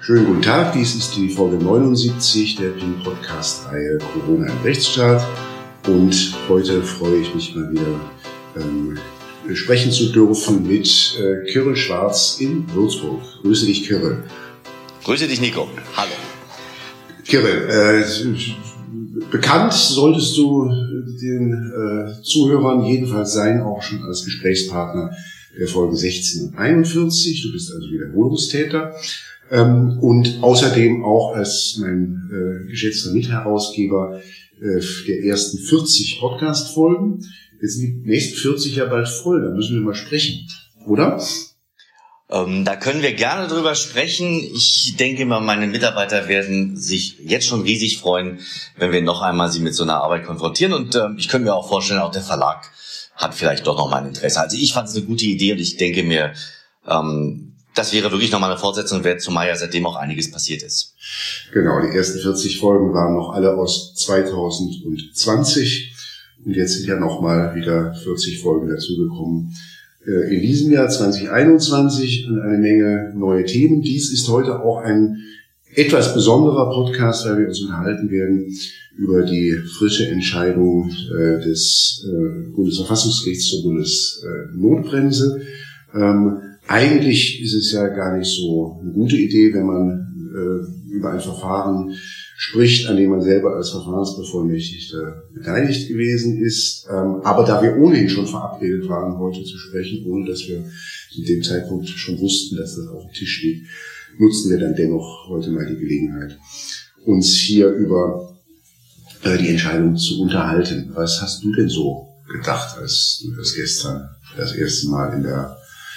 Schönen guten Tag, dies ist die Folge 79 der Ping-Podcast-Reihe Corona im Rechtsstaat und heute freue ich mich mal wieder sprechen zu dürfen mit Kyrre Schwarz in Würzburg. Grüße dich, Kyrre. Grüße dich, Nico. Hallo. Kyrre, bekannt solltest du den Zuhörern jedenfalls sein, auch schon als Gesprächspartner der Folge 16 und 41. Du bist also Wiederholungstäter. Und außerdem auch als mein geschätzter Mitherausgeber der ersten 40 Podcast-Folgen. Jetzt sind die nächsten 40 ja bald voll, da müssen wir mal sprechen, oder? Da können wir gerne drüber sprechen. Ich denke mal, meine Mitarbeiter werden sich jetzt schon riesig freuen, wenn wir noch einmal sie mit so einer Arbeit konfrontieren. Und ich könnte mir auch vorstellen, auch der Verlag hat vielleicht doch noch mal ein Interesse. Also ich fand es eine gute Idee und ich denke mir, das wäre wirklich nochmal eine Fortsetzung, zumal ja seitdem auch einiges passiert ist. Genau, die ersten 40 Folgen waren noch alle aus 2020 und jetzt sind ja nochmal wieder 40 Folgen dazugekommen. In diesem Jahr 2021 und eine Menge neue Themen. Dies ist heute auch ein etwas besonderer Podcast, weil wir uns unterhalten werden über die frische Entscheidung des Bundesverfassungsgerichts zur Bundesnotbremse. Eigentlich ist es ja gar nicht so eine gute Idee, wenn man über ein Verfahren spricht, an dem man selber als Verfahrensbevollmächtigter beteiligt gewesen ist. Aber da wir ohnehin schon verabredet waren, heute zu sprechen, ohne dass wir zu dem Zeitpunkt schon wussten, dass das auf dem Tisch steht, nutzen wir dann dennoch heute mal die Gelegenheit, uns hier über die Entscheidung zu unterhalten. Was hast du denn so gedacht, als du das gestern das erste Mal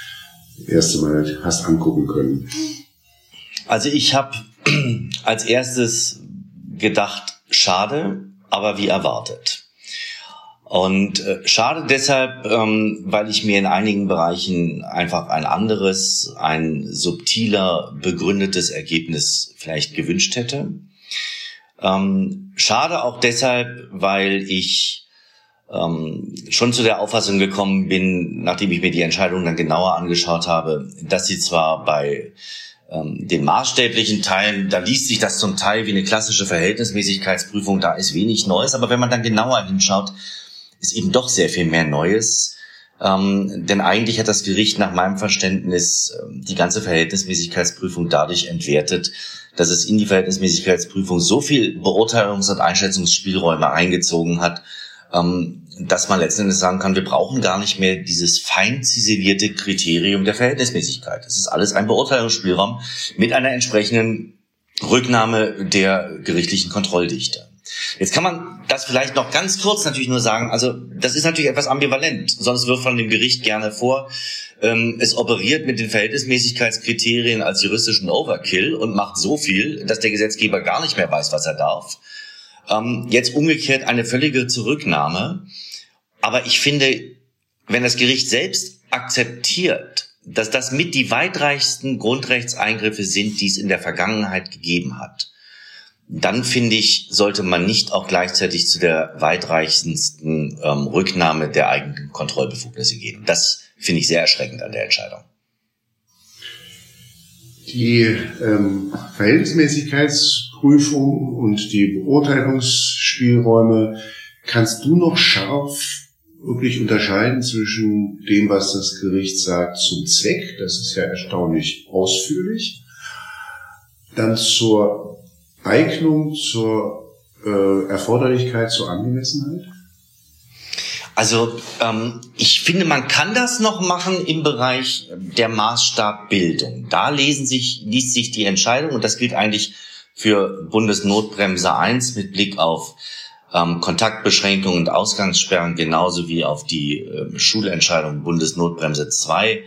hast angucken können? Also ich habe als erstes gedacht, schade, aber wie erwartet. Und schade deshalb, weil ich mir in einigen Bereichen einfach ein subtiler, begründetes Ergebnis vielleicht gewünscht hätte. Schade auch deshalb, weil ich schon zu der Auffassung gekommen bin, nachdem ich mir die Entscheidung dann genauer angeschaut habe, dass sie zwar bei den maßstäblichen Teilen, da liest sich das zum Teil wie eine klassische Verhältnismäßigkeitsprüfung, da ist wenig Neues, aber wenn man dann genauer hinschaut, ist eben doch sehr viel mehr Neues, denn eigentlich hat das Gericht nach meinem Verständnis die ganze Verhältnismäßigkeitsprüfung dadurch entwertet, dass es in die Verhältnismäßigkeitsprüfung so viel Beurteilungs- und Einschätzungsspielräume eingezogen hat, dass man letzten Endes sagen kann, wir brauchen gar nicht mehr dieses fein ziselierte Kriterium der Verhältnismäßigkeit. Es ist alles ein Beurteilungsspielraum mit einer entsprechenden Rücknahme der gerichtlichen Kontrolldichte. Jetzt kann man das vielleicht noch ganz kurz natürlich nur sagen, also das ist natürlich etwas ambivalent, sonst wird von dem Gericht gerne vor, es operiert mit den Verhältnismäßigkeitskriterien als juristischen Overkill und macht so viel, dass der Gesetzgeber gar nicht mehr weiß, was er darf. Jetzt umgekehrt eine völlige Zurücknahme. Aber ich finde, wenn das Gericht selbst akzeptiert, dass das mit die weitreichsten Grundrechtseingriffe sind, die es in der Vergangenheit gegeben hat, dann finde ich, sollte man nicht auch gleichzeitig zu der weitreichendsten Rücknahme der eigenen Kontrollbefugnisse gehen. Das finde ich sehr erschreckend an der Entscheidung. Die Verhältnismäßigkeitsprüfung und die Beurteilungsspielräume, kannst du noch scharf wirklich unterscheiden zwischen dem, was das Gericht sagt zum Zweck, das ist ja erstaunlich ausführlich, dann zur Eignung, zur Erforderlichkeit, zur Angemessenheit? Also ich finde, man kann das noch machen im Bereich der Maßstabbildung. Da liest sich die Entscheidung, und das gilt eigentlich für Bundesnotbremse 1 mit Blick auf Kontaktbeschränkungen und Ausgangssperren, genauso wie auf die Schulentscheidung Bundesnotbremse 2.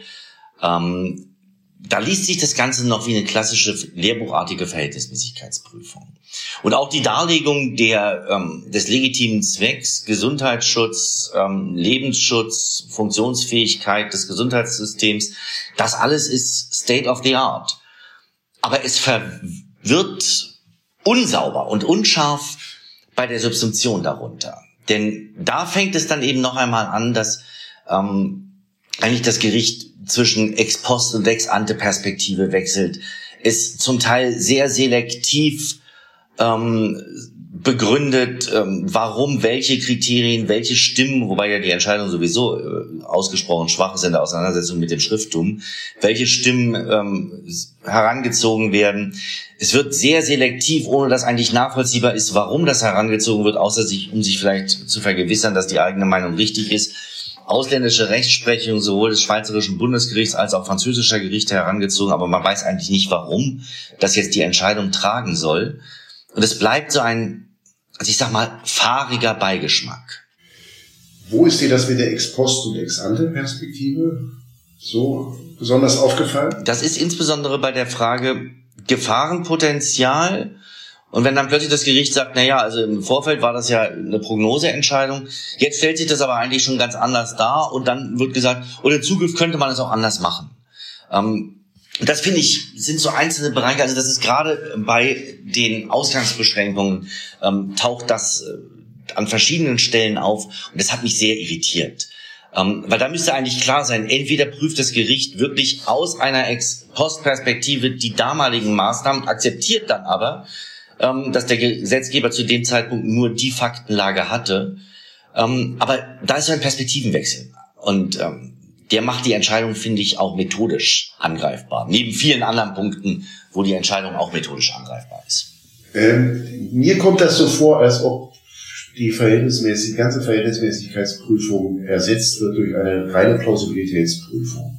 Da liest sich das Ganze noch wie eine klassische lehrbuchartige Verhältnismäßigkeitsprüfung. Und auch die Darlegung des legitimen Zwecks, Gesundheitsschutz, Lebensschutz, Funktionsfähigkeit des Gesundheitssystems, das alles ist State of the Art. Aber es wird unsauber und unscharf bei der Subsumption darunter. Denn da fängt es dann eben noch einmal an, dass eigentlich das Gericht zwischen Ex-Post- und Ex-Ante-Perspektive wechselt. es zum Teil sehr selektiv begründet, warum welche Kriterien, welche Stimmen, wobei ja die Entscheidung sowieso ausgesprochen schwach ist in der Auseinandersetzung mit dem Schrifttum, welche Stimmen herangezogen werden. Es wird sehr selektiv, ohne dass eigentlich nachvollziehbar ist, warum das herangezogen wird, außer um sich vielleicht zu vergewissern, dass die eigene Meinung richtig ist. Ausländische Rechtsprechung sowohl des Schweizerischen Bundesgerichts als auch französischer Gerichte herangezogen, aber man weiß eigentlich nicht, warum das jetzt die Entscheidung tragen soll. Und es bleibt so ein, also ich sag mal, fahriger Beigeschmack. Wo ist dir das mit der Ex-Post- und Ex-Ante-Perspektive so besonders aufgefallen? Das ist insbesondere bei der Frage Gefahrenpotenzial. Und wenn dann plötzlich das Gericht sagt, naja, also im Vorfeld war das ja eine Prognoseentscheidung, jetzt stellt sich das aber eigentlich schon ganz anders dar und dann wird gesagt, und in Zukunft könnte man es auch anders machen. Das finde ich, sind so einzelne Bereiche, also das ist gerade bei den Ausgangsbeschränkungen, taucht das an verschiedenen Stellen auf und das hat mich sehr irritiert. Weil da müsste eigentlich klar sein, entweder prüft das Gericht wirklich aus einer Ex-Post-Perspektive die damaligen Maßnahmen, akzeptiert dann aber, dass der Gesetzgeber zu dem Zeitpunkt nur die Faktenlage hatte. Aber da ist so ein Perspektivenwechsel und der macht die Entscheidung, finde ich, auch methodisch angreifbar. Neben vielen anderen Punkten, wo die Entscheidung auch methodisch angreifbar ist. Mir kommt das so vor, als ob die ganze Verhältnismäßigkeitsprüfung ersetzt wird durch eine reine Plausibilitätsprüfung.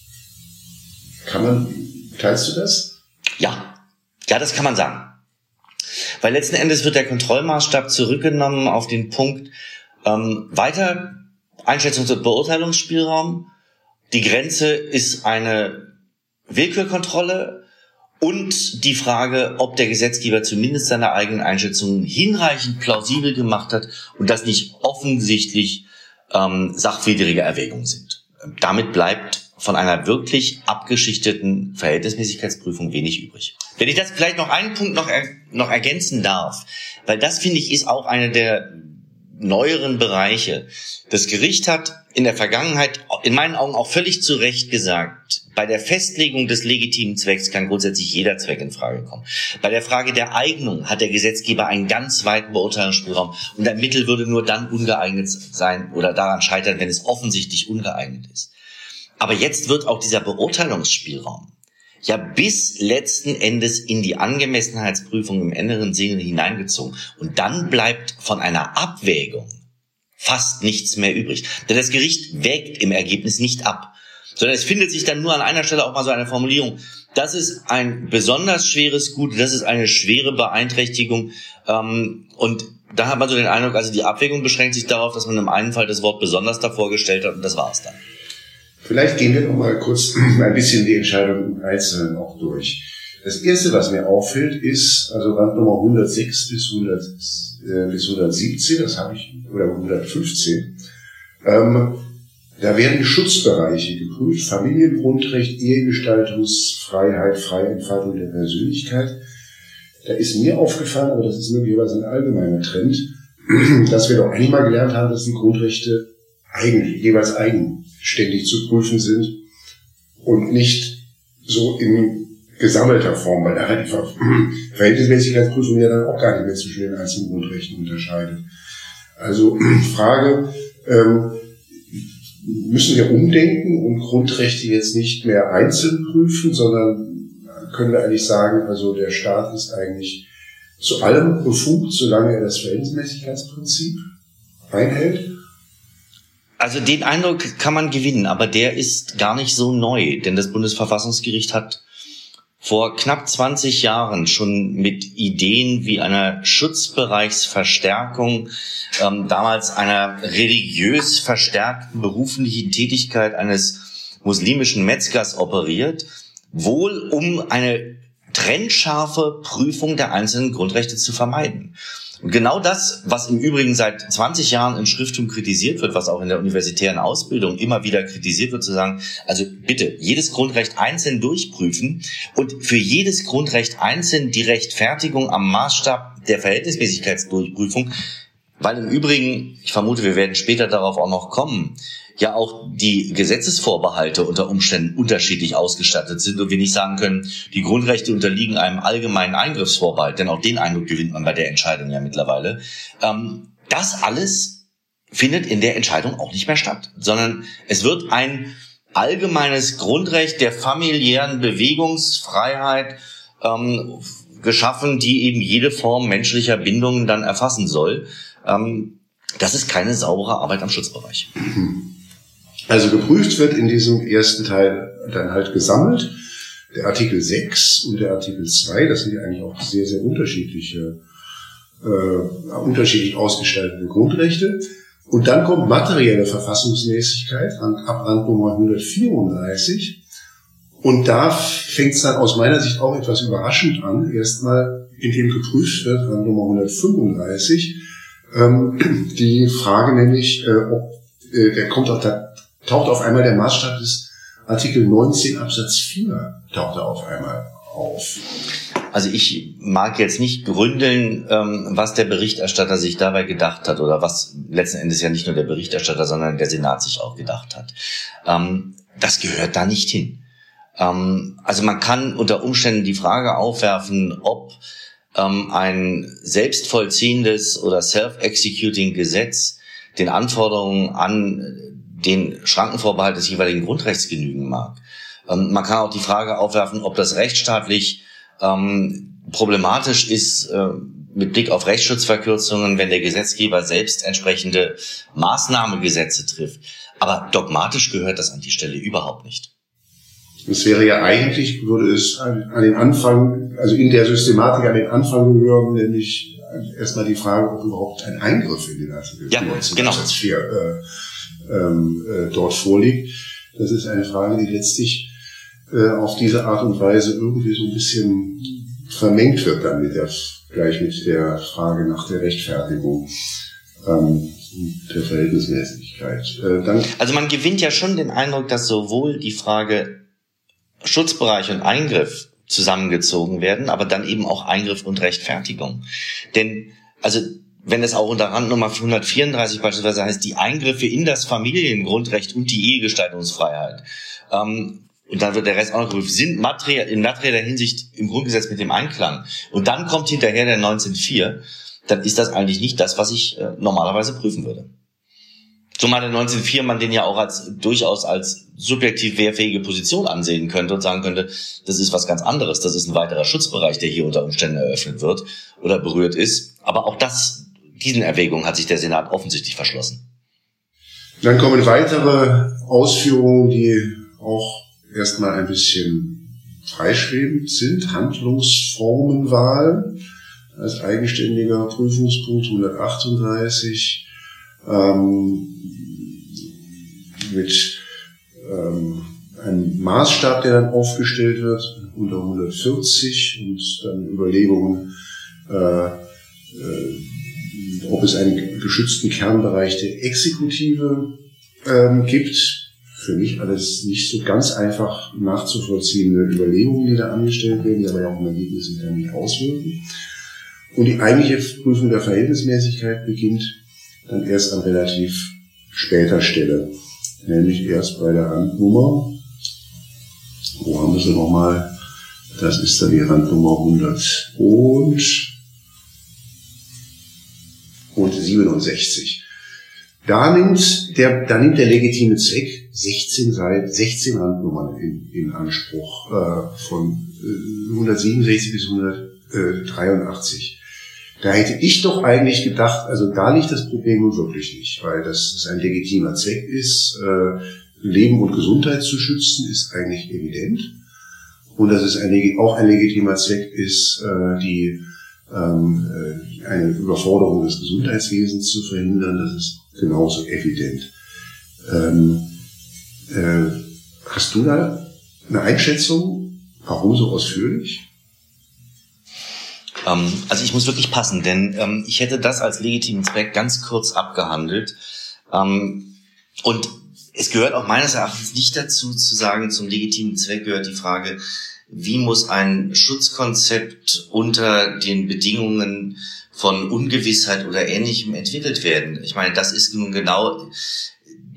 Teilst du das? Ja, das kann man sagen. Weil letzten Endes wird der Kontrollmaßstab zurückgenommen auf den Punkt, weiter Einschätzungs- und Beurteilungsspielraum. Die Grenze ist eine Willkürkontrolle und die Frage, ob der Gesetzgeber zumindest seine eigenen Einschätzungen hinreichend plausibel gemacht hat und das nicht offensichtlich sachwidrige Erwägungen sind. Damit bleibt von einer wirklich abgeschichteten Verhältnismäßigkeitsprüfung wenig übrig. Wenn ich das vielleicht noch einen Punkt noch ergänzen darf, weil das, finde ich, ist auch eine der neueren Bereiche. Das Gericht hat in der Vergangenheit in meinen Augen auch völlig zu Recht gesagt, bei der Festlegung des legitimen Zwecks kann grundsätzlich jeder Zweck in Frage kommen. Bei der Frage der Eignung hat der Gesetzgeber einen ganz weiten Beurteilungsspielraum und ein Mittel würde nur dann ungeeignet sein oder daran scheitern, wenn es offensichtlich ungeeignet ist. Aber jetzt wird auch dieser Beurteilungsspielraum ja bis letzten Endes in die Angemessenheitsprüfung im engeren Sinne hineingezogen. Und dann bleibt von einer Abwägung fast nichts mehr übrig. Denn das Gericht wägt im Ergebnis nicht ab, sondern es findet sich dann nur an einer Stelle auch mal so eine Formulierung. Das ist ein besonders schweres Gut, das ist eine schwere Beeinträchtigung. Und da hat man so den Eindruck, also die Abwägung beschränkt sich darauf, dass man im einen Fall das Wort besonders davor gestellt hat und das war's dann. Vielleicht gehen wir noch mal kurz ein bisschen die Entscheidung im Einzelnen auch durch. Das Erste, was mir auffällt, ist, also Randnummer 106 bis 117, das habe ich, oder 115, da werden Schutzbereiche geprüft, Familiengrundrecht, Ehegestaltungsfreiheit, freie Entfaltung der Persönlichkeit. Da ist mir aufgefallen, aber das ist möglicherweise ein allgemeiner Trend, dass wir doch eigentlich mal gelernt haben, dass die Grundrechte jeweils eigenständig zu prüfen sind und nicht so in gesammelter Form, weil da die Verhältnismäßigkeitsprüfung ja dann auch gar nicht mehr zwischen den einzelnen Grundrechten unterscheidet. Also Frage, müssen wir umdenken und Grundrechte jetzt nicht mehr einzeln prüfen, sondern können wir eigentlich sagen, also der Staat ist eigentlich zu allem befugt, solange er das Verhältnismäßigkeitsprinzip einhält? Also den Eindruck kann man gewinnen, aber der ist gar nicht so neu, denn das Bundesverfassungsgericht hat vor knapp 20 Jahren schon mit Ideen wie einer Schutzbereichsverstärkung, damals einer religiös verstärkten beruflichen Tätigkeit eines muslimischen Metzgers operiert, wohl um eine trennscharfe Prüfung der einzelnen Grundrechte zu vermeiden. Und genau das, was im Übrigen seit 20 Jahren im Schrifttum kritisiert wird, was auch in der universitären Ausbildung immer wieder kritisiert wird, zu sagen, also bitte jedes Grundrecht einzeln durchprüfen und für jedes Grundrecht einzeln die Rechtfertigung am Maßstab der Verhältnismäßigkeitsdurchprüfung, weil im Übrigen, ich vermute, wir werden später darauf auch noch kommen, ja auch die Gesetzesvorbehalte unter Umständen unterschiedlich ausgestattet sind und wir nicht sagen können, die Grundrechte unterliegen einem allgemeinen Eingriffsvorbehalt, denn auch den Eindruck gewinnt man bei der Entscheidung ja mittlerweile. Das alles findet in der Entscheidung auch nicht mehr statt, sondern es wird ein allgemeines Grundrecht der familiären Bewegungsfreiheit geschaffen, die eben jede Form menschlicher Bindungen dann erfassen soll. Das ist keine saubere Arbeit am Schutzbereich. Also geprüft wird in diesem ersten Teil dann halt gesammelt der Artikel 6 und der Artikel 2, das sind ja eigentlich auch sehr, sehr unterschiedlich ausgestaltete Grundrechte. Und dann kommt materielle Verfassungsmäßigkeit ab Randnummer 134. Und da fängt es dann aus meiner Sicht auch etwas überraschend an. Erstmal, indem geprüft wird, Randnummer 135, die Frage nämlich, taucht auf einmal der Maßstab des Artikel 19 Absatz 4 taucht da auf einmal auf. Also ich mag jetzt nicht gründeln, was der Berichterstatter sich dabei gedacht hat oder was letzten Endes ja nicht nur der Berichterstatter, sondern der Senat sich auch gedacht hat. Das gehört da nicht hin. Also man kann unter Umständen die Frage aufwerfen, ob ein selbstvollziehendes oder self-executing Gesetz den Anforderungen an den Schrankenvorbehalt des jeweiligen Grundrechts genügen mag. Man kann auch die Frage aufwerfen, ob das rechtsstaatlich problematisch ist mit Blick auf Rechtsschutzverkürzungen, wenn der Gesetzgeber selbst entsprechende Maßnahmegesetze trifft. Aber dogmatisch gehört das an die Stelle überhaupt nicht. Es wäre ja eigentlich, würde es an den Anfang, also in der Systematik an den Anfang gehören, nämlich erstmal die Frage, ob überhaupt ein Eingriff in den Artikel 19 Absatz 4 dort vorliegt. Das ist eine Frage, die letztlich auf diese Art und Weise irgendwie so ein bisschen vermengt wird dann gleich mit der Frage nach der Rechtfertigung der Verhältnismäßigkeit. Also man gewinnt ja schon den Eindruck, dass sowohl die Frage Schutzbereich und Eingriff zusammengezogen werden, aber dann eben auch Eingriff und Rechtfertigung. Denn, also wenn es auch unter Randnummer 134 beispielsweise heißt, die Eingriffe in das Familiengrundrecht und die Ehegestaltungsfreiheit, und dann wird der Rest auch noch geprüft, sind in materieller Hinsicht im Grundgesetz mit dem Einklang. Und dann kommt hinterher der 19.4, dann ist das eigentlich nicht das, was ich normalerweise prüfen würde. Zumal der 19.4 man den ja auch durchaus als subjektiv wehrfähige Position ansehen könnte und sagen könnte, das ist was ganz anderes, das ist ein weiterer Schutzbereich, der hier unter Umständen eröffnet wird oder berührt ist. Aber auch diesen Erwägungen hat sich der Senat offensichtlich verschlossen. Dann kommen weitere Ausführungen, die auch erstmal ein bisschen freischwebend sind. Handlungsformenwahl als eigenständiger Prüfungspunkt 138 mit einem Maßstab, der dann aufgestellt wird unter 140 und dann Überlegungen, ob es einen geschützten Kernbereich der Exekutive gibt. Für mich alles nicht so ganz einfach nachzuvollziehende Überlegungen, die da angestellt werden, die aber ja auch im Ergebnis sich dann nicht auswirken. Und die eigentliche Prüfung der Verhältnismäßigkeit beginnt dann erst an relativ später Stelle, nämlich erst bei der Randnummer. Wo haben wir sie nochmal? Das ist dann die Randnummer 167. Da nimmt der legitime Zweck 16 Randnummern in Anspruch, von 167 bis 183. Da hätte ich doch eigentlich gedacht, also da liegt das Problem nun wirklich nicht, weil das ein legitimer Zweck ist, Leben und Gesundheit zu schützen, ist eigentlich evident. Und dass es auch ein legitimer Zweck ist, eine Überforderung des Gesundheitswesens zu verhindern, das ist genauso evident. Hast du da eine Einschätzung? Warum so ausführlich? Also ich muss wirklich passen, denn ich hätte das als legitimen Zweck ganz kurz abgehandelt. Und es gehört auch meines Erachtens nicht dazu zu sagen, zum legitimen Zweck gehört die Frage, wie muss ein Schutzkonzept unter den Bedingungen von Ungewissheit oder Ähnlichem entwickelt werden. Ich meine, das ist nun genau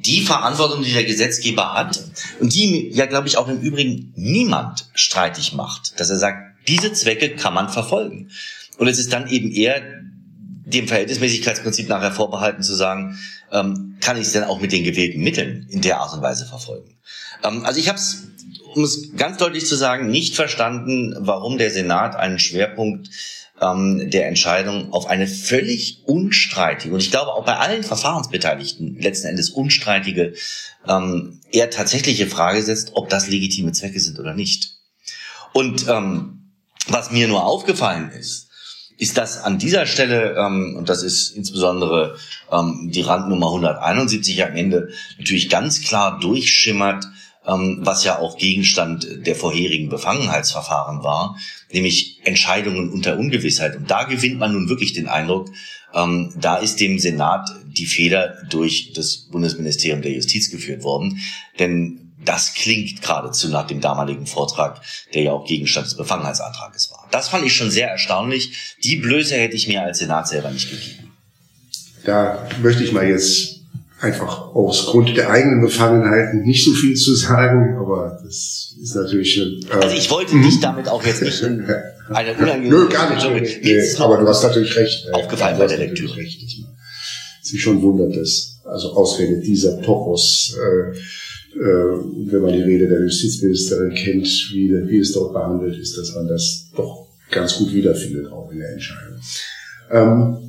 die Verantwortung, die der Gesetzgeber hat und die ja, glaube ich, auch im Übrigen niemand streitig macht, dass er sagt, diese Zwecke kann man verfolgen. Und es ist dann eben eher dem Verhältnismäßigkeitsprinzip nachher vorbehalten zu sagen, kann ich es denn auch mit den gewählten Mitteln in der Art und Weise verfolgen. Also ich habe es, um es ganz deutlich zu sagen, nicht verstanden, warum der Senat einen Schwerpunkt der Entscheidung auf eine völlig unstreitige, und ich glaube auch bei allen Verfahrensbeteiligten letzten Endes unstreitige, eher tatsächliche Frage setzt, ob das legitime Zwecke sind oder nicht. Und was mir nur aufgefallen ist, dass an dieser Stelle, und das ist insbesondere die Randnummer 171 am Ende, natürlich ganz klar durchschimmert, was ja auch Gegenstand der vorherigen Befangenheitsverfahren war, nämlich Entscheidungen unter Ungewissheit. Und da gewinnt man nun wirklich den Eindruck, da ist dem Senat die Feder durch das Bundesministerium der Justiz geführt worden. Denn das klingt geradezu nach dem damaligen Vortrag, der ja auch Gegenstand des Befangenheitsantrages war. Das fand ich schon sehr erstaunlich. Die Blöße hätte ich mir als Senat selber nicht gegeben. Da möchte ich mal jetzt einfach aus Grund der eigenen Befangenheiten nicht so viel zu sagen, aber das ist natürlich also ich wollte dich damit auch jetzt nicht in eine unangenehme... Nö, gar nicht. Nee, aber du hast natürlich recht. Aufgefallen bei der Lektüre. Recht, dass man sich schon wundert, dass also ausgerechnet dieser Topos, wenn man die Rede der Justizministerin kennt, wie es dort behandelt ist, dass man das doch ganz gut wiederfindet, auch in der Entscheidung.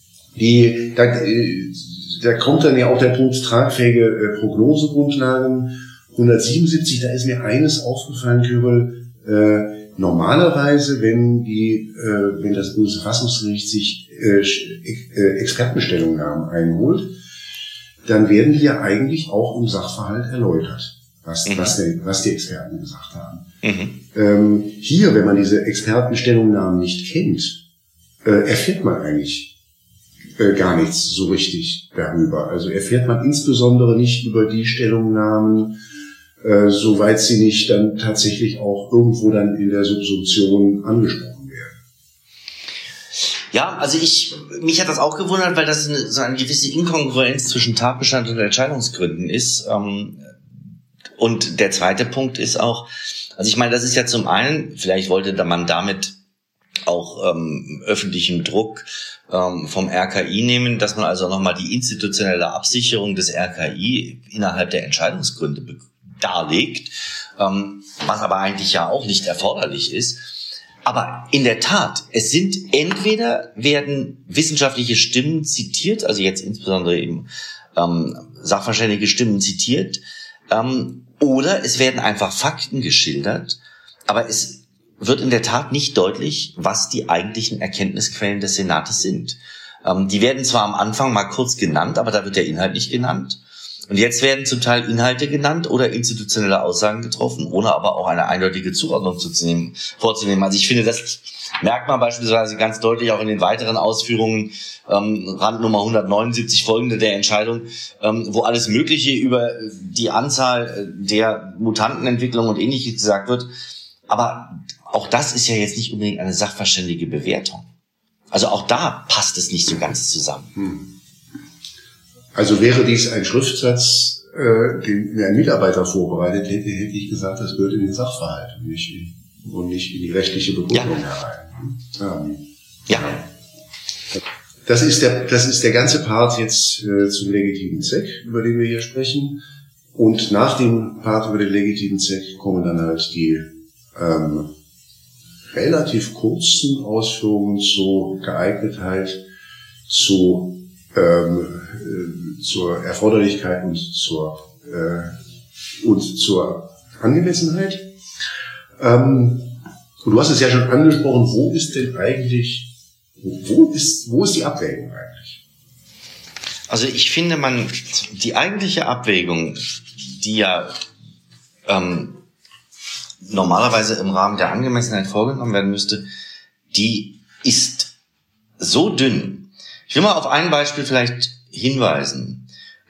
Da kommt dann ja auch der Punkt tragfähige Prognosegrundlagen. 177, da ist mir eines aufgefallen, Kyrill, normalerweise, wenn das Bundesverfassungsgericht sich Expertenstellungnahmen einholt, dann werden die ja eigentlich auch im Sachverhalt erläutert, was die Experten gesagt haben. Hier, wenn man diese Expertenstellungnahmen nicht kennt, erfährt man eigentlich gar nichts so richtig darüber. Also erfährt man insbesondere nicht über die Stellungnahmen, soweit sie nicht dann tatsächlich auch irgendwo dann in der Subsumption angesprochen werden. Ja, also mich hat das auch gewundert, weil das so eine gewisse Inkongruenz zwischen Tatbestand und Entscheidungsgründen ist. Und der zweite Punkt ist auch, also ich meine, das ist ja zum einen, vielleicht wollte man damit auch öffentlichen Druck vom RKI nehmen, dass man also nochmal die institutionelle Absicherung des RKI innerhalb der Entscheidungsgründe darlegt, was aber eigentlich ja auch nicht erforderlich ist. Aber in der Tat, es sind entweder werden wissenschaftliche Stimmen zitiert, also jetzt insbesondere eben sachverständige Stimmen zitiert, oder es werden einfach Fakten geschildert, aber es wird in der Tat nicht deutlich, was die eigentlichen Erkenntnisquellen des Senates sind. Die werden zwar am Anfang mal kurz genannt, aber da wird der Inhalt nicht genannt. Und jetzt werden zum Teil Inhalte genannt oder institutionelle Aussagen getroffen, ohne aber auch eine eindeutige Zuordnung vorzunehmen. Also ich finde, das merkt man beispielsweise ganz deutlich auch in den weiteren Ausführungen, Randnummer 179 folgende der Entscheidung, wo alles Mögliche über die Anzahl der Mutantenentwicklung und Ähnliches gesagt wird. Aber auch das ist ja jetzt nicht unbedingt eine sachverständige Bewertung. Also auch da passt es nicht so ganz zusammen. Also wäre dies ein Schriftsatz, den ein Mitarbeiter vorbereitet hätte, hätte ich gesagt, das gehört in den Sachverhalt und nicht in die rechtliche Begründung herein. Ja. Das ist der ganze Part jetzt zum legitimen Zweck, über den wir hier sprechen. Und nach dem Part über den legitimen Zweck kommen dann halt die relativ kurzen Ausführungen zur Geeignetheit, zur Erforderlichkeit und zur Angemessenheit. Und du hast es ja schon angesprochen, wo ist die Abwägung eigentlich? Also ich finde, die eigentliche Abwägung, die ja normalerweise im Rahmen der Angemessenheit vorgenommen werden müsste, die ist so dünn. Ich will mal auf ein Beispiel vielleicht hinweisen.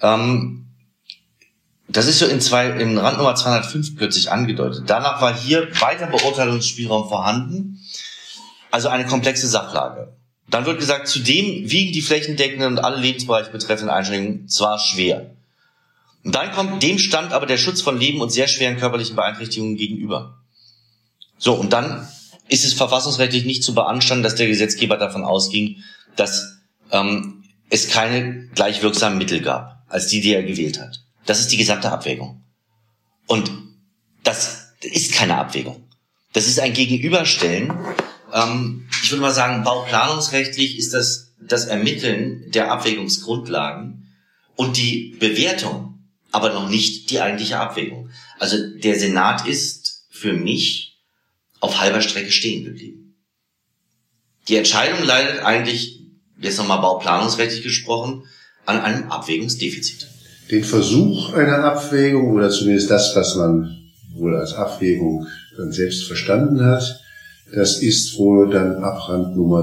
Das ist so in Randnummer 205 plötzlich angedeutet. Danach war hier weiter Beurteilungsspielraum vorhanden, also eine komplexe Sachlage. Dann wird gesagt, zudem wiegen die flächendeckenden und alle Lebensbereiche betreffenden Einschränkungen zwar schwer. Und dann dem stand aber der Schutz von Leben und sehr schweren körperlichen Beeinträchtigungen gegenüber. So, und dann ist es verfassungsrechtlich nicht zu beanstanden, dass der Gesetzgeber davon ausging, dass es keine gleich wirksamen Mittel gab, als die er gewählt hat. Das ist die gesamte Abwägung. Und das ist keine Abwägung. Das ist ein Gegenüberstellen. Ich würde mal sagen, bauplanungsrechtlich ist das Ermitteln der Abwägungsgrundlagen und die Bewertung, aber noch nicht die eigentliche Abwägung. Also der Senat ist für mich auf halber Strecke stehen geblieben. Die Entscheidung leidet eigentlich, jetzt nochmal bauplanungsrechtlich gesprochen, an einem Abwägungsdefizit. Den Versuch einer Abwägung, oder zumindest das, was man wohl als Abwägung dann selbst verstanden hat, das ist wohl dann Abrand Nummer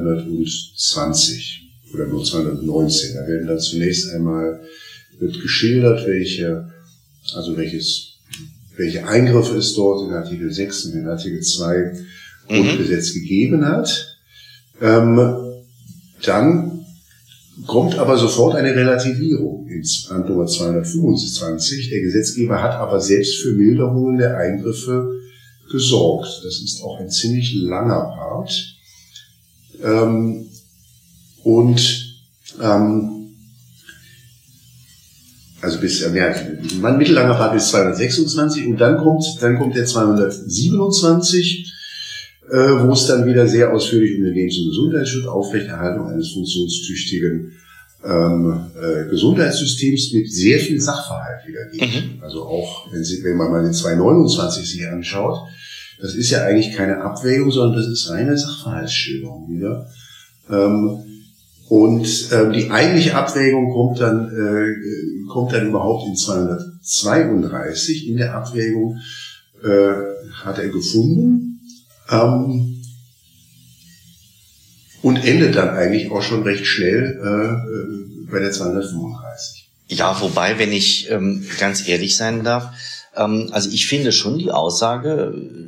220 oder nur 219. Da werden dann zunächst einmal wird geschildert, welche Eingriffe es dort in Artikel 6 und in Artikel 2 Grundgesetz gegeben hat. Dann kommt aber sofort eine Relativierung ins Abrand Nummer 225. Der Gesetzgeber hat aber selbst für Milderungen der Eingriffe gesorgt. Das ist auch ein ziemlich langer Part. Mein mittellanger Part ist 226 und dann kommt der 227, wo es dann wieder sehr ausführlich um den Lebens- und Gesundheitsschutz, Aufrechterhaltung eines funktionstüchtigen Gesundheitssystems mit sehr viel Sachverhalt wieder geht. Also auch, wenn man mal den 229 sich anschaut, das ist ja eigentlich keine Abwägung, sondern das ist reine Sachverhaltsschilderung wieder. Die eigentliche Abwägung kommt dann überhaupt in 232. In der Abwägung hat er gefunden und endet dann eigentlich auch schon recht schnell bei der 235. Ja, wobei, wenn ich ganz ehrlich sein darf, also ich finde schon die Aussage,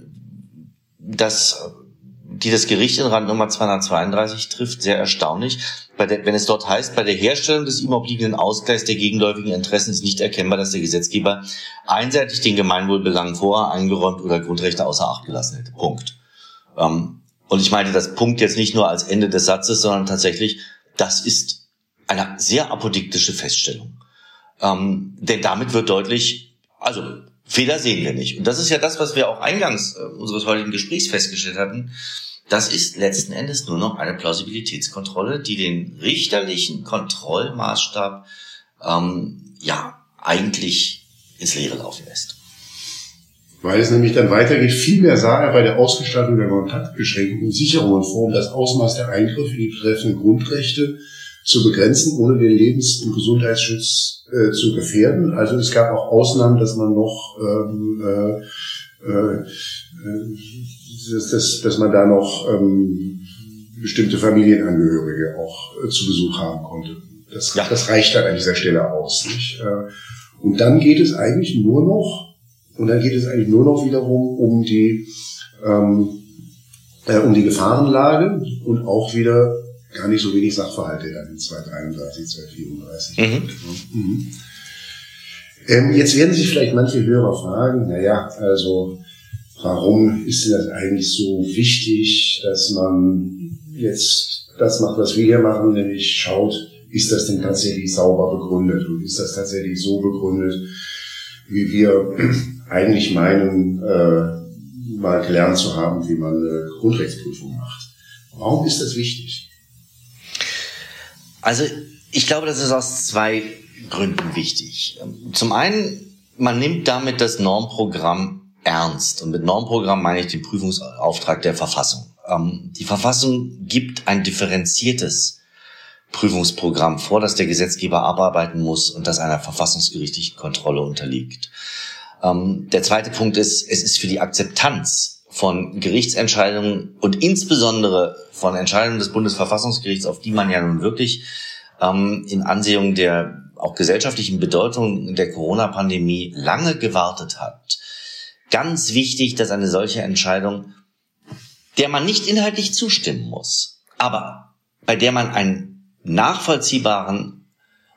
die das Gericht in Rand Nummer 232 trifft, sehr erstaunlich. Wenn es dort heißt, bei der Herstellung des ihm obliegenden Ausgleichs der gegenläufigen Interessen ist nicht erkennbar, dass der Gesetzgeber einseitig den Gemeinwohlbelangen vorher eingeräumt oder Grundrechte außer Acht gelassen hätte. Punkt. Und ich meine das Punkt jetzt nicht nur als Ende des Satzes, sondern tatsächlich, das ist eine sehr apodiktische Feststellung. Denn damit wird deutlich, also Fehler sehen wir nicht. Und das ist ja das, was wir auch eingangs unseres heutigen Gesprächs festgestellt hatten. Das ist letzten Endes nur noch eine Plausibilitätskontrolle, die den richterlichen Kontrollmaßstab eigentlich ins Leere laufen lässt. Weil es nämlich dann weitergeht, vielmehr sah er bei der Ausgestaltung der Kontaktbeschränkungen und Sicherungen vor, das Ausmaß der Eingriffe in die betreffenden Grundrechte zu begrenzen, ohne den Lebens- und Gesundheitsschutz zu gefährden. Also es gab auch Ausnahmen, dass man noch dass man da noch bestimmte Familienangehörige auch zu Besuch haben konnte. Das reicht dann an dieser Stelle aus, nicht? Und dann geht es eigentlich nur noch wiederum um die Gefahrenlage und auch wieder gar nicht so wenig Sachverhalte dann in 233, 234. Jetzt werden sich vielleicht manche Hörer fragen, warum ist denn das eigentlich so wichtig, dass man jetzt das macht, was wir hier machen, nämlich schaut, ist das denn tatsächlich sauber begründet und ist das tatsächlich so begründet, wie wir eigentlich meinen, mal gelernt zu haben, wie man eine Grundrechtsprüfung macht. Warum ist das wichtig? Also ich glaube, das ist aus zwei Gründen wichtig. Zum einen, man nimmt damit das Normprogramm ernst. Und mit Normprogramm meine ich den Prüfungsauftrag der Verfassung. Die Verfassung gibt ein differenziertes Prüfungsprogramm vor, das der Gesetzgeber abarbeiten muss und das einer verfassungsgerichtlichen Kontrolle unterliegt. Der zweite Punkt ist, es ist für die Akzeptanz von Gerichtsentscheidungen und insbesondere von Entscheidungen des Bundesverfassungsgerichts, auf die man ja nun wirklich in Ansehung der auch gesellschaftlichen Bedeutung der Corona-Pandemie lange gewartet hat, ganz wichtig, dass eine solche Entscheidung, der man nicht inhaltlich zustimmen muss, aber bei der man einen nachvollziehbaren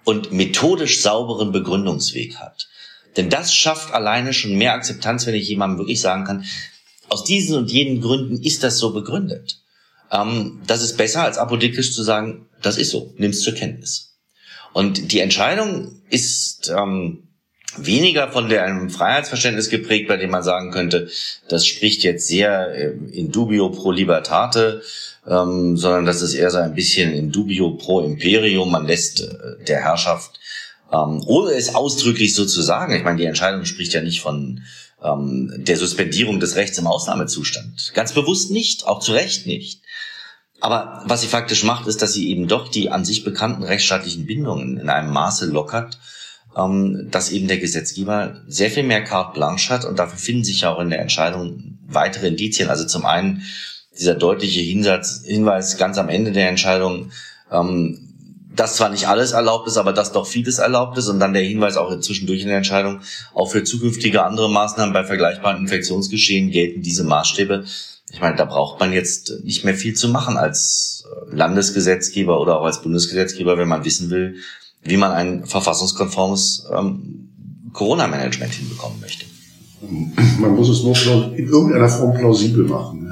und methodisch sauberen Begründungsweg hat. Denn das schafft alleine schon mehr Akzeptanz, wenn ich jemandem wirklich sagen kann, aus diesen und jenen Gründen ist das so begründet. Das ist besser, als apodiktisch zu sagen, das ist so, nimm's zur Kenntnis. Und die Entscheidung ist weniger von einem Freiheitsverständnis geprägt, bei dem man sagen könnte, das spricht jetzt sehr in dubio pro libertate, sondern das ist eher so ein bisschen in dubio pro imperium. Man lässt der Herrschaft, ohne es ausdrücklich so zu sagen, ich meine, die Entscheidung spricht ja nicht von der Suspendierung des Rechts im Ausnahmezustand. Ganz bewusst nicht, auch zu Recht nicht. Aber was sie faktisch macht, ist, dass sie eben doch die an sich bekannten rechtsstaatlichen Bindungen in einem Maße lockert, dass eben der Gesetzgeber sehr viel mehr carte blanche hat, und dafür finden sich ja auch in der Entscheidung weitere Indizien. Also zum einen dieser deutliche Hinweis ganz am Ende der Entscheidung, dass zwar nicht alles erlaubt ist, aber dass doch vieles erlaubt ist, und dann der Hinweis auch zwischendurch in der Entscheidung, auch für zukünftige andere Maßnahmen bei vergleichbaren Infektionsgeschehen gelten diese Maßstäbe. Ich meine, da braucht man jetzt nicht mehr viel zu machen als Landesgesetzgeber oder auch als Bundesgesetzgeber, wenn man wissen will, wie man ein verfassungskonformes Corona-Management hinbekommen möchte. Man muss es nur in irgendeiner Form plausibel machen.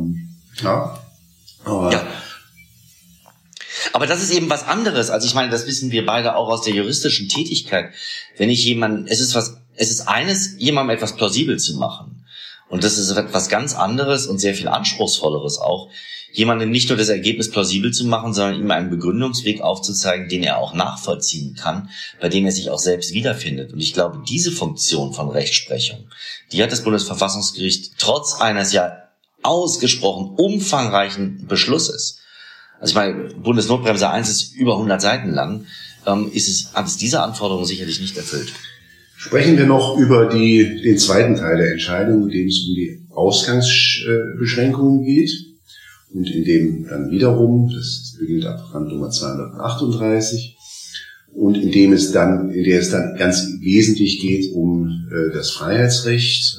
Aber das ist eben was anderes. Also ich meine, das wissen wir beide auch aus der juristischen Tätigkeit. Wenn ich es ist eines, jemandem etwas plausibel zu machen. Und das ist etwas ganz anderes und sehr viel anspruchsvolleres auch, jemandem nicht nur das Ergebnis plausibel zu machen, sondern ihm einen Begründungsweg aufzuzeigen, den er auch nachvollziehen kann, bei dem er sich auch selbst wiederfindet. Und ich glaube, diese Funktion von Rechtsprechung, die hat das Bundesverfassungsgericht trotz eines ja ausgesprochen umfangreichen Beschlusses. Also ich meine, Bundesnotbremse 1 ist über 100 Seiten lang, hat es diese Anforderungen sicherlich nicht erfüllt. Sprechen wir noch über den zweiten Teil der Entscheidung, in dem es um die Ausgangsbeschränkungen geht und in dem dann wiederum, das beginnt ab Rand Nummer 238, und in der es dann ganz wesentlich geht um das Freiheitsrecht,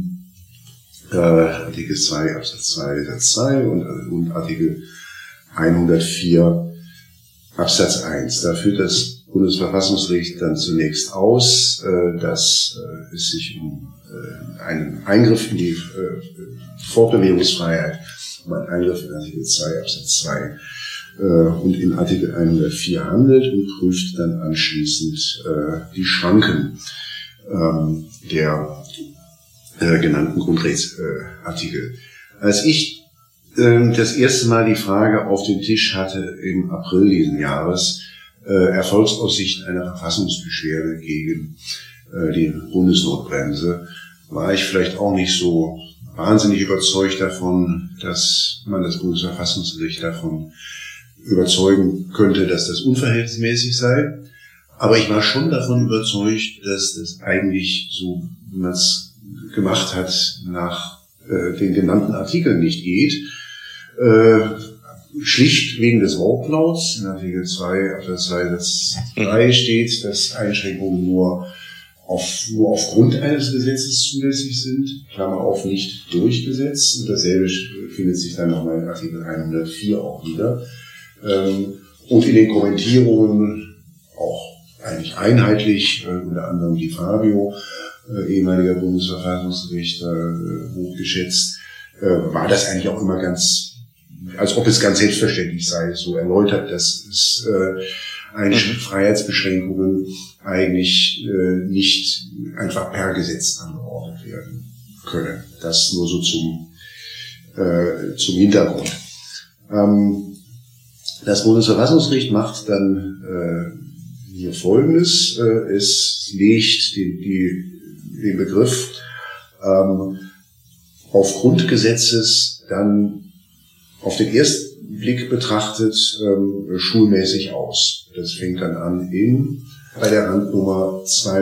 Artikel 2 Absatz 2 Satz 2 und Artikel 104 Absatz 1. Da führt das Bundesverfassungsgericht dann zunächst aus, dass es sich um einen Eingriff in die Fortbewegungsfreiheit, um einen Eingriff in Artikel 2 Absatz 2 und in Artikel 104 handelt, und prüft dann anschließend die Schranken der genannten Grundrechtsartikel. Als ich das erste Mal die Frage auf den Tisch hatte im April diesen Jahres, Erfolgsaussichten einer Verfassungsbeschwerde gegen die Bundesnotbremse, war ich vielleicht auch nicht so wahnsinnig überzeugt davon, dass man das Bundesverfassungsgericht davon überzeugen könnte, dass das unverhältnismäßig sei. Aber ich war schon davon überzeugt, dass das eigentlich so, wie man es gemacht hat, nach den genannten Artikeln nicht geht. Schlicht wegen des Wortlauts. In Artikel 2 Absatz 2 Satz 3 steht, dass Einschränkungen nur aufgrund eines Gesetzes zulässig sind, Klammer auf, nicht durch Gesetz. Und dasselbe findet sich dann nochmal in Artikel 104 auch wieder. Und in den Kommentierungen auch eigentlich einheitlich, unter anderem die Fabio, ehemaliger Bundesverfassungsrichter, hochgeschätzt, war das eigentlich auch immer als ob es ganz selbstverständlich sei, so erläutert, dass es Freiheitsbeschränkungen eigentlich nicht einfach per Gesetz angeordnet werden können. Das nur so zum Hintergrund. Das Bundesverfassungsgericht macht dann hier Folgendes. Es legt den Begriff auf Grundgesetzes dann auf den ersten Blick betrachtet schulmäßig aus. Das fängt dann an bei der Randnummer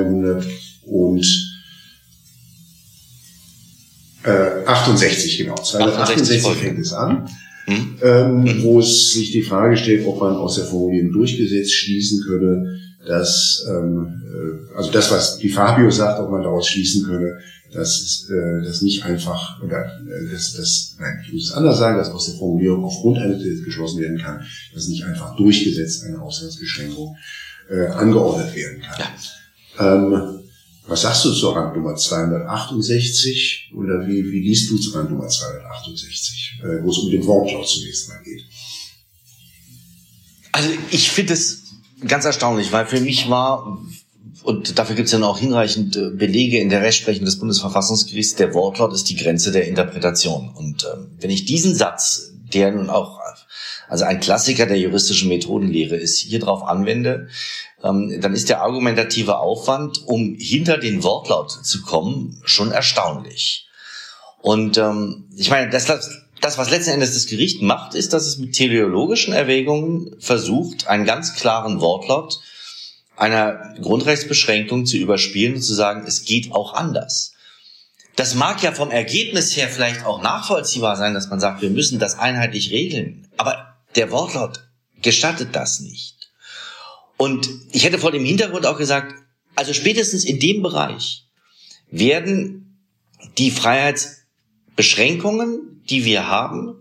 268, genau. 268 fängt es an, wo es sich die Frage stellt, ob man aus der Formulierung Durchgesetz schließen könne, dass, also das, was die Fabio sagt, ob man daraus schließen könne, dass das nicht einfach, oder nein, ich muss es anders sagen, dass aus der Formulierung aufgrund eines Gesetzes geschlossen werden kann, dass nicht einfach durchgesetzt eine Ausgangsbeschränkung angeordnet werden kann. Ja. Was sagst du zur Randnummer 268 oder wie liest du zur Randnummer 268, wo es um den Wortlaut zunächst mal geht? Also ich finde es ganz erstaunlich, weil für mich war, und dafür gibt es ja noch hinreichend Belege in der Rechtsprechung des Bundesverfassungsgerichts, der Wortlaut ist die Grenze der Interpretation. Und wenn ich diesen Satz, der nun auch also ein Klassiker der juristischen Methodenlehre ist, hier drauf anwende, dann ist der argumentative Aufwand, um hinter den Wortlaut zu kommen, schon erstaunlich. Und ich meine, das, was letzten Endes das Gericht macht, ist, dass es mit teleologischen Erwägungen versucht, einen ganz klaren Wortlaut einer Grundrechtsbeschränkung zu überspielen und zu sagen, es geht auch anders. Das mag ja vom Ergebnis her vielleicht auch nachvollziehbar sein, dass man sagt, wir müssen das einheitlich regeln. Aber der Wortlaut gestattet das nicht. Und ich hätte vor dem Hintergrund auch gesagt, also spätestens in dem Bereich werden die Freiheitsbeschränkungen, die wir haben,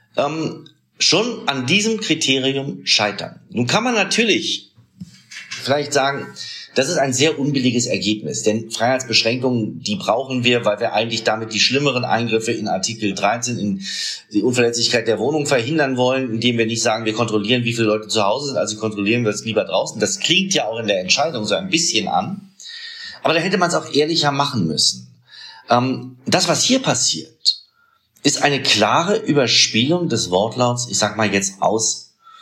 schon an diesem Kriterium scheitern. Nun kann man natürlich vielleicht sagen, das ist ein sehr unbilliges Ergebnis, denn Freiheitsbeschränkungen, die brauchen wir, weil wir eigentlich damit die schlimmeren Eingriffe in Artikel 13 in die Unverletzlichkeit der Wohnung verhindern wollen, indem wir nicht sagen, wir kontrollieren, wie viele Leute zu Hause sind, also kontrollieren wir es lieber draußen. Das klingt ja auch in der Entscheidung so ein bisschen an, aber da hätte man es auch ehrlicher machen müssen. Das, was hier passiert, ist eine klare Überspielung des Wortlauts, ich sag mal jetzt aus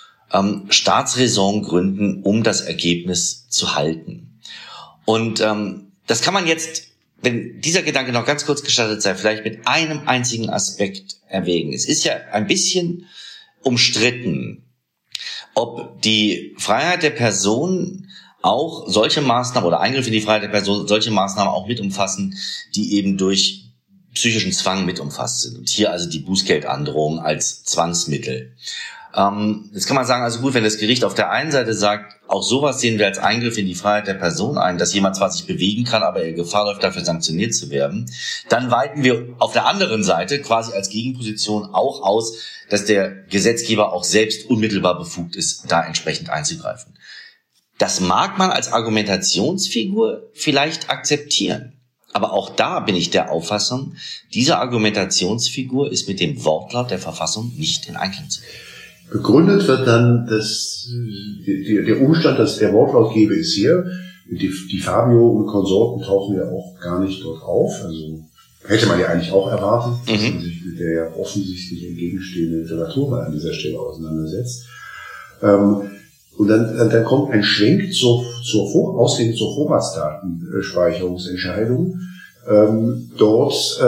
Staatsräsongründen, um das Ergebnis zu halten. Und das kann man jetzt, wenn dieser Gedanke noch ganz kurz gestattet sei, vielleicht mit einem einzigen Aspekt erwägen. Es ist ja ein bisschen umstritten, ob die Freiheit der Person auch solche Maßnahmen oder Eingriffe in die Freiheit der Person solche Maßnahmen auch mit umfassen, die eben durch psychischen Zwang mit umfasst sind. Und hier also die Bußgeldandrohung als Zwangsmittel. Jetzt kann man sagen, also gut, wenn das Gericht auf der einen Seite sagt, auch sowas sehen wir als Eingriff in die Freiheit der Person ein, dass jemand zwar sich bewegen kann, aber er Gefahr läuft, dafür sanktioniert zu werden, dann weiten wir auf der anderen Seite quasi als Gegenposition auch aus, dass der Gesetzgeber auch selbst unmittelbar befugt ist, da entsprechend einzugreifen. Das mag man als Argumentationsfigur vielleicht akzeptieren. Aber auch da bin ich der Auffassung, diese Argumentationsfigur ist mit dem Wortlaut der Verfassung nicht in Einklang zu bringen. Begründet wird dann der Umstand, dass der Wortlautgeber ist hier. Die Fabio und Konsorten tauchen ja auch gar nicht dort auf. Also hätte man ja eigentlich auch erwartet, dass man sich mit der ja offensichtlich entgegenstehenden Literatur mal an dieser Stelle auseinandersetzt. Und dann kommt ein Schwenk ausgehend zur Vorratsdatenspeicherungsentscheidung. Dort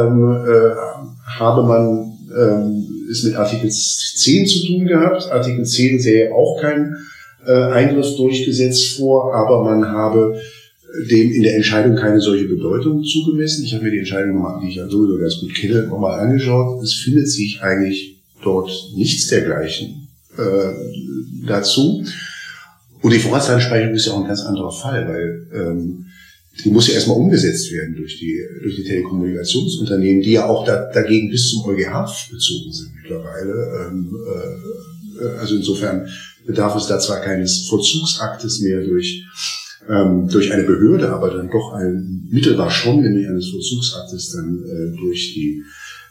habe man ist mit Artikel 10 zu tun gehabt. Artikel 10 sähe auch keinen Eingriff durchgesetzt vor, aber man habe dem in der Entscheidung keine solche Bedeutung zugemessen. Ich habe mir die Entscheidung, die ich ja sowieso ganz gut kenne, nochmal angeschaut. Es findet sich eigentlich dort nichts dergleichen dazu. Und die Vorratsdatenspeicherung ist ja auch ein ganz anderer Fall, weil die muss ja erstmal umgesetzt werden durch die Telekommunikationsunternehmen, die ja auch dagegen bis zum EuGH bezogen sind mittlerweile. Also insofern bedarf es da zwar keines Vollzugsaktes mehr durch eine Behörde, aber dann doch mittelbar schon, nämlich eines Vollzugsaktes dann durch die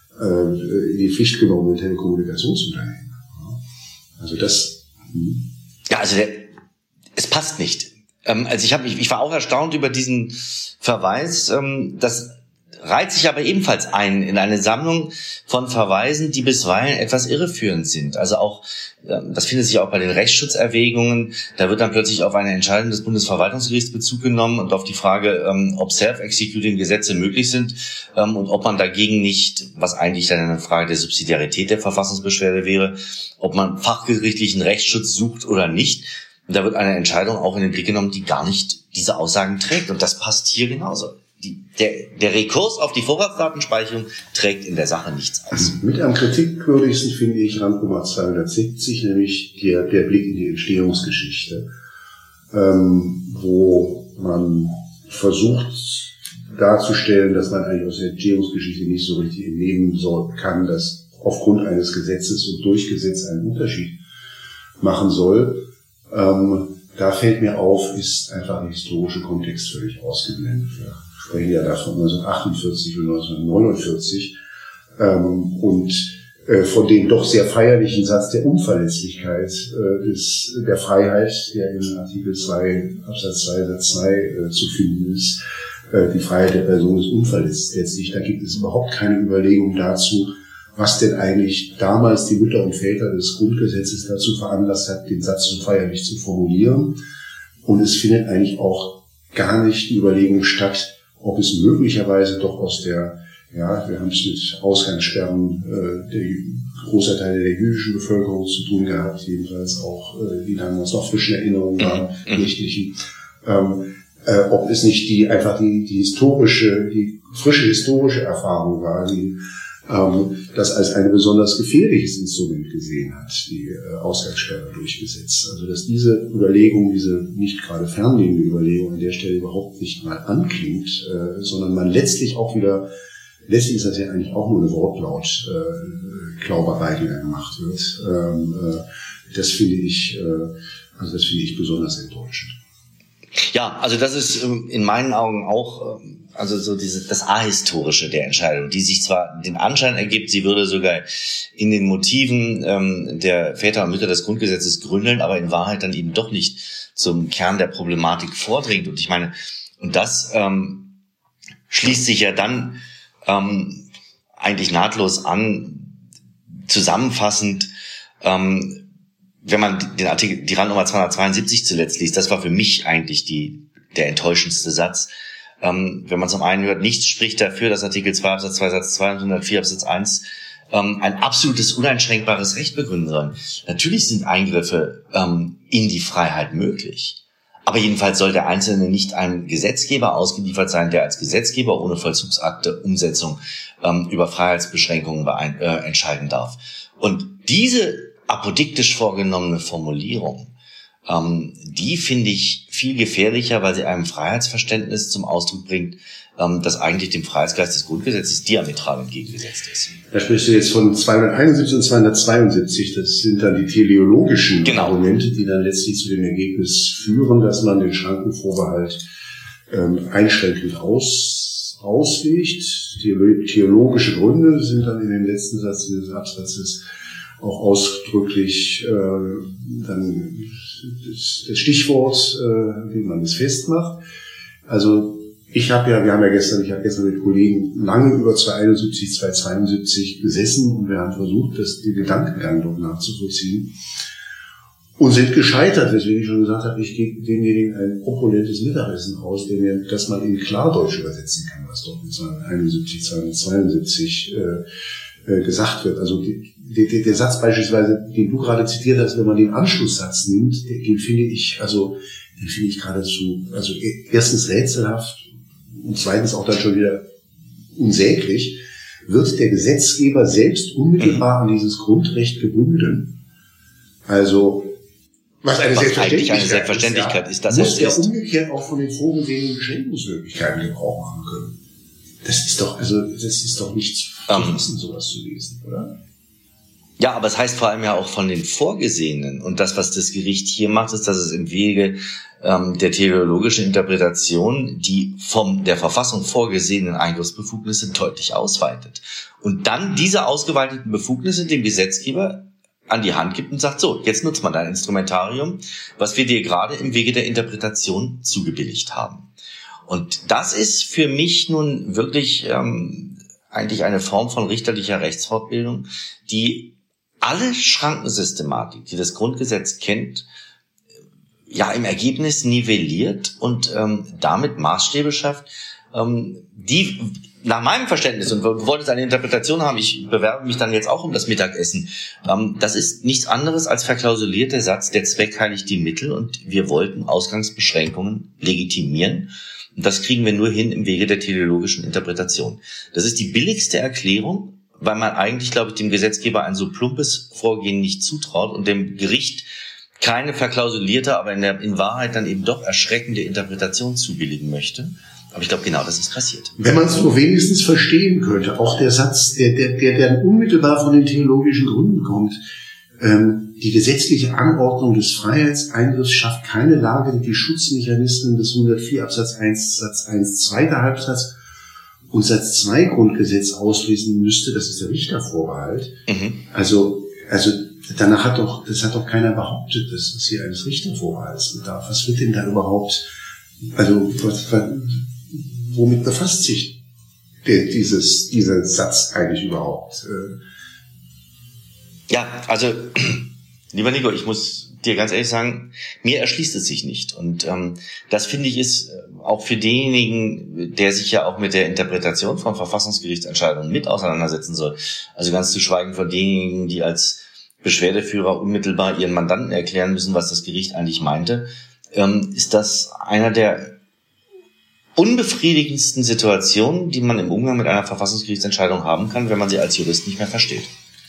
Pflicht genommenen Telekommunikationsunternehmen. Also das. Ja, also es passt nicht. Also ich war auch erstaunt über diesen Verweis. Das reiht sich aber ebenfalls ein in eine Sammlung von Verweisen, die bisweilen etwas irreführend sind. Also auch, das findet sich auch bei den Rechtsschutzerwägungen, da wird dann plötzlich auf eine Entscheidung des Bundesverwaltungsgerichts Bezug genommen und auf die Frage, ob Self-Executing-Gesetze möglich sind und ob man dagegen nicht, was eigentlich dann eine Frage der Subsidiarität der Verfassungsbeschwerde wäre, ob man fachgerichtlichen Rechtsschutz sucht oder nicht. Und da wird eine Entscheidung auch in den Blick genommen, die gar nicht diese Aussagen trägt. Und das passt hier genauso. Der Rekurs auf die Vorratsdatenspeicherung trägt in der Sache nichts aus. Mit am kritikwürdigsten finde ich Randnummer 270, nämlich der Blick in die Entstehungsgeschichte, wo man versucht darzustellen, dass man eigentlich aus der Entstehungsgeschichte nicht so richtig entnehmen kann, dass aufgrund eines Gesetzes und durch Gesetz einen Unterschied machen soll. da fällt mir auf, ist einfach der historische Kontext völlig ausgeblendet. Wir sprechen ja davon 1948 und 1949 und von dem doch sehr feierlichen Satz der Unverletzlichkeit der Freiheit, der in Artikel 2 Absatz 2 Satz 2 zu finden ist. Die Freiheit der Person ist unverletzt. Letztlich, da gibt es überhaupt keine Überlegung dazu, was denn eigentlich damals die Mütter und Väter des Grundgesetzes dazu veranlasst hat, den Satz so feierlich zu formulieren. Und es findet eigentlich auch gar nicht die Überlegung statt, ob es möglicherweise doch aus der, ja, wir haben es mit Ausgangssperren der großer Teile der jüdischen Bevölkerung zu tun gehabt, jedenfalls auch die damals noch frischen Erinnerungen waren, nächtlichen. Ob es nicht die frische historische Erfahrung war, die das als ein besonders gefährliches Instrument gesehen hat, die Ausgangssperre durchgesetzt. Also dass diese Überlegung, diese nicht gerade fernliegende Überlegung an der Stelle überhaupt nicht mal anklingt, sondern man letztlich ist das ja eigentlich auch nur eine Wortlaut-Klauberei, die da gemacht wird. Das finde ich besonders enttäuschend. Ja, also das ist in meinen Augen auch also so das Ahistorische der Entscheidung, die sich zwar den Anschein ergibt, sie würde sogar in den Motiven der Väter und Mütter des Grundgesetzes gründeln, aber in Wahrheit dann eben doch nicht zum Kern der Problematik vordringt. Und ich meine, und das schließt sich ja dann eigentlich nahtlos an, zusammenfassend, wenn man den Artikel, die Randnummer 272 zuletzt liest, das war für mich eigentlich der enttäuschendste Satz. Wenn man zum einen hört, nichts spricht dafür, dass Artikel 2 Absatz 2 Satz 2 und 104 Absatz 1 ein absolutes, uneinschränkbares Recht begründen sollen. Natürlich sind Eingriffe in die Freiheit möglich. Aber jedenfalls soll der Einzelne nicht einem Gesetzgeber ausgeliefert sein, der als Gesetzgeber ohne Vollzugsakte Umsetzung über Freiheitsbeschränkungen entscheiden darf. Und diese apodiktisch vorgenommene Formulierung, die finde ich viel gefährlicher, weil sie einem Freiheitsverständnis zum Ausdruck bringt, das eigentlich dem Freiheitsgeist des Grundgesetzes diametral entgegengesetzt ist. Da sprichst du jetzt von 271 und 272, das sind dann die teleologischen Argumente, die dann letztlich zu dem Ergebnis führen, dass man den Schrankenvorbehalt einschränkend auslegt. Theologische Gründe sind dann in dem letzten Satz dieses Absatzes auch ausdrücklich dann das Stichwort, wie man es festmacht. Also ich habe gestern mit Kollegen lange über 271, 272 gesessen und wir haben versucht, den Gedankengang dort nachzuvollziehen und sind gescheitert, weswegen ich schon gesagt habe, ich gebe demjenigen ein opulentes Mittagessen aus, dass man in Klardeutsch übersetzen kann, was dort mit 271, 272 gesagt wird. Also der Satz beispielsweise, den du gerade zitiert hast, wenn man den Anschlusssatz nimmt, den finde ich geradezu, also erstens rätselhaft und zweitens auch dann schon wieder unsäglich. Wird der Gesetzgeber selbst unmittelbar an dieses Grundrecht gebunden? Also was eigentlich eine Selbstverständlichkeit ist, dass muss er umgekehrt auch von den vorgesehenen Beschränkungsmöglichkeiten Gebrauch machen können. Das ist doch nichts vermissen, sowas zu lesen, oder? Ja, aber es heißt vor allem ja auch von den Vorgesehenen. Und das, was das Gericht hier macht, ist, dass es im Wege der teleologischen Interpretation die von der Verfassung vorgesehenen Eingriffsbefugnisse deutlich ausweitet. Und dann diese ausgeweiteten Befugnisse dem Gesetzgeber an die Hand gibt und sagt, so, jetzt nutzt man dein Instrumentarium, was wir dir gerade im Wege der Interpretation zugebilligt haben. Und das ist für mich nun wirklich eigentlich eine Form von richterlicher Rechtsfortbildung, die alle Schrankensystematik, die das Grundgesetz kennt, ja im Ergebnis nivelliert und damit Maßstäbe schafft, die nach meinem Verständnis, und du wolltest eine Interpretation haben, ich bewerbe mich dann jetzt auch um das Mittagessen, das ist nichts anderes als verklausuliert der Satz, der Zweck heiligt die Mittel, und wir wollten Ausgangsbeschränkungen legitimieren. Und das kriegen wir nur hin im Wege der teleologischen Interpretation. Das ist die billigste Erklärung, weil man eigentlich, glaube ich, dem Gesetzgeber ein so plumpes Vorgehen nicht zutraut und dem Gericht keine verklausulierte, aber in Wahrheit dann eben doch erschreckende Interpretation zubilligen möchte. Aber ich glaube, genau das ist passiert. Wenn man es nur wenigstens verstehen könnte, auch der Satz, der unmittelbar von den theologischen Gründen kommt, Die gesetzliche Anordnung des Freiheitseingriffs schafft keine Lage, die die Schutzmechanismen des 104 Absatz 1 Satz 1 zweiter Halbsatz und Satz 2 Grundgesetz auslesen müsste. Das ist der Richtervorbehalt. Also das hat doch keiner behauptet, dass es hier eines Richtervorbehalts bedarf. Was wird denn da überhaupt, womit befasst sich dieser Satz eigentlich überhaupt? Ja, also, lieber Nico, ich muss dir ganz ehrlich sagen, mir erschließt es sich nicht. Und das finde ich ist auch für denjenigen, der sich ja auch mit der Interpretation von Verfassungsgerichtsentscheidungen mit auseinandersetzen soll. Also ganz zu schweigen von denjenigen, die als Beschwerdeführer unmittelbar ihren Mandanten erklären müssen, was das Gericht eigentlich meinte, ist das einer der unbefriedigendsten Situationen, die man im Umgang mit einer Verfassungsgerichtsentscheidung haben kann, wenn man sie als Jurist nicht mehr versteht.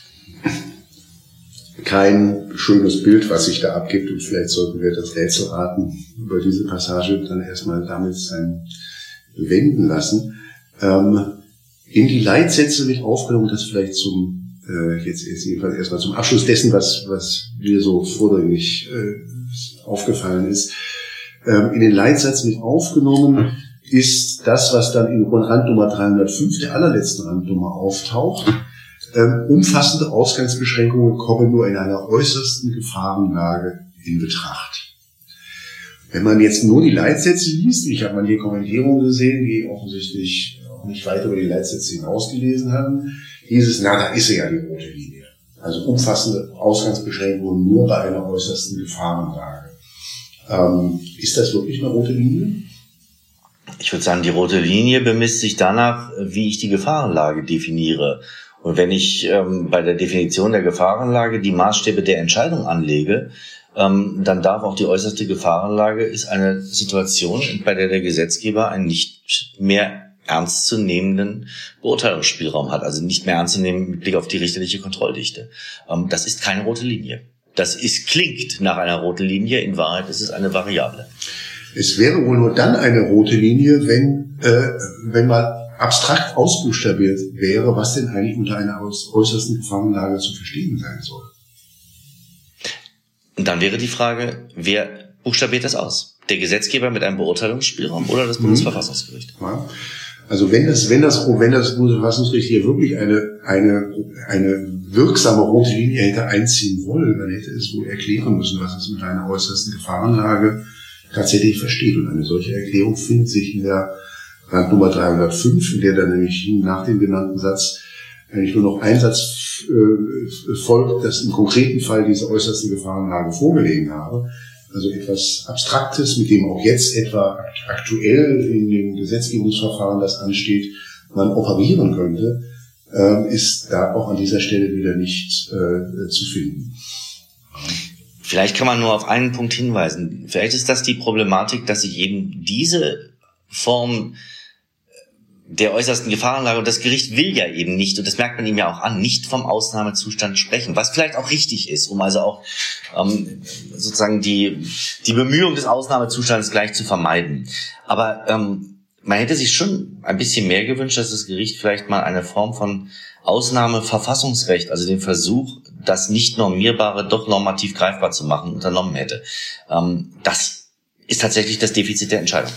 Kein schönes Bild, was sich da abgibt, und vielleicht sollten wir das Rätselraten über diese Passage dann erstmal damit sein wenden lassen. In die Leitsätze mit aufgenommen, das vielleicht jetzt jedenfalls erstmal zum Abschluss dessen, was mir so vordringlich aufgefallen ist. In den Leitsatz mit aufgenommen ist das, was dann in Randnummer 305, der allerletzten Randnummer, auftaucht. Umfassende Ausgangsbeschränkungen kommen nur in einer äußersten Gefahrenlage in Betracht. Wenn man jetzt nur die Leitsätze liest, ich habe manche Kommentierungen gesehen, die offensichtlich auch nicht weiter über die Leitsätze hinaus gelesen haben, hieß es, da ist ja die rote Linie. Also umfassende Ausgangsbeschränkungen nur bei einer äußersten Gefahrenlage. Ist das wirklich eine rote Linie? Ich würde sagen, die rote Linie bemisst sich danach, wie ich die Gefahrenlage definiere. Und wenn ich bei der Definition der Gefahrenlage die Maßstäbe der Entscheidung anlege, dann darf auch die äußerste Gefahrenlage ist eine Situation, bei der der Gesetzgeber einen nicht mehr ernstzunehmenden Beurteilungsspielraum hat, also nicht mehr ernst zu nehmen mit Blick auf die richterliche Kontrolldichte. Das ist keine rote Linie. Klingt nach einer roten Linie, in Wahrheit ist es eine Variable. Es wäre wohl nur dann eine rote Linie, wenn mal abstrakt ausbuchstabiert wäre, was denn eigentlich unter einer äußersten Gefahrenlage zu verstehen sein soll. Und dann wäre die Frage, wer buchstabiert das aus? Der Gesetzgeber mit einem Beurteilungsspielraum oder das Bundesverfassungsgericht? Ja. Also wenn das Bundesverfassungsgericht hier wirklich eine wirksame rote Linie hätte einziehen wollen, dann hätte es wohl erklären müssen, was es mit einer äußersten Gefahrenlage tatsächlich versteht. Und eine solche Erklärung findet sich in der Randnummer 305, in der dann nämlich nach dem genannten Satz eigentlich nur noch ein Satz folgt, dass im konkreten Fall diese äußerste Gefahrenlage vorgelegen habe. Also etwas Abstraktes, mit dem auch jetzt etwa aktuell in dem Gesetzgebungsverfahren, das ansteht, man operieren könnte, ist da auch an dieser Stelle wieder nicht zu finden. Vielleicht kann man nur auf einen Punkt hinweisen. Vielleicht ist das die Problematik, dass sich eben diese Form der äußersten Gefahrenlage, und das Gericht will ja eben nicht, und das merkt man ihm ja auch an, nicht vom Ausnahmezustand sprechen, was vielleicht auch richtig ist, um also auch sozusagen die Bemühung des Ausnahmezustands gleich zu vermeiden. Aber man hätte sich schon ein bisschen mehr gewünscht, dass das Gericht vielleicht mal eine Form von Ausnahmeverfassungsrecht, also den Versuch, das Nicht-Normierbare doch normativ greifbar zu machen, unternommen hätte. Das ist tatsächlich das Defizit der Entscheidung.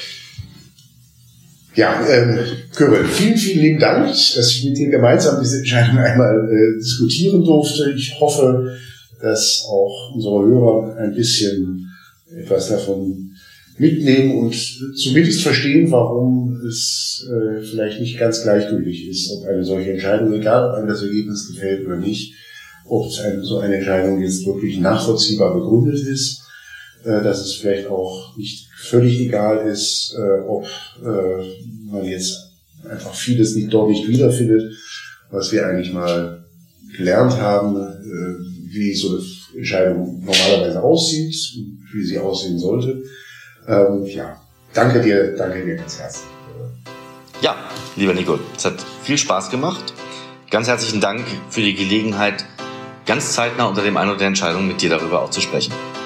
Ja, Köbel, vielen, vielen lieben Dank, dass ich mit dir gemeinsam diese Entscheidung einmal diskutieren durfte. Ich hoffe, dass auch unsere Hörer ein bisschen etwas davon mitnehmen und zumindest verstehen, warum es vielleicht nicht ganz gleichgültig ist, ob eine solche Entscheidung, egal ob einem das Ergebnis gefällt oder nicht, ob so eine Entscheidung jetzt wirklich nachvollziehbar begründet ist, dass es vielleicht auch nicht völlig egal ist, ob man jetzt einfach vieles dort nicht wiederfindet, was wir eigentlich mal gelernt haben, wie so eine Entscheidung normalerweise aussieht, wie sie aussehen sollte. Danke dir ganz herzlich. Ja, lieber Nico, es hat viel Spaß gemacht. Ganz herzlichen Dank für die Gelegenheit, ganz zeitnah unter dem Eindruck der Entscheidung mit dir darüber auch zu sprechen.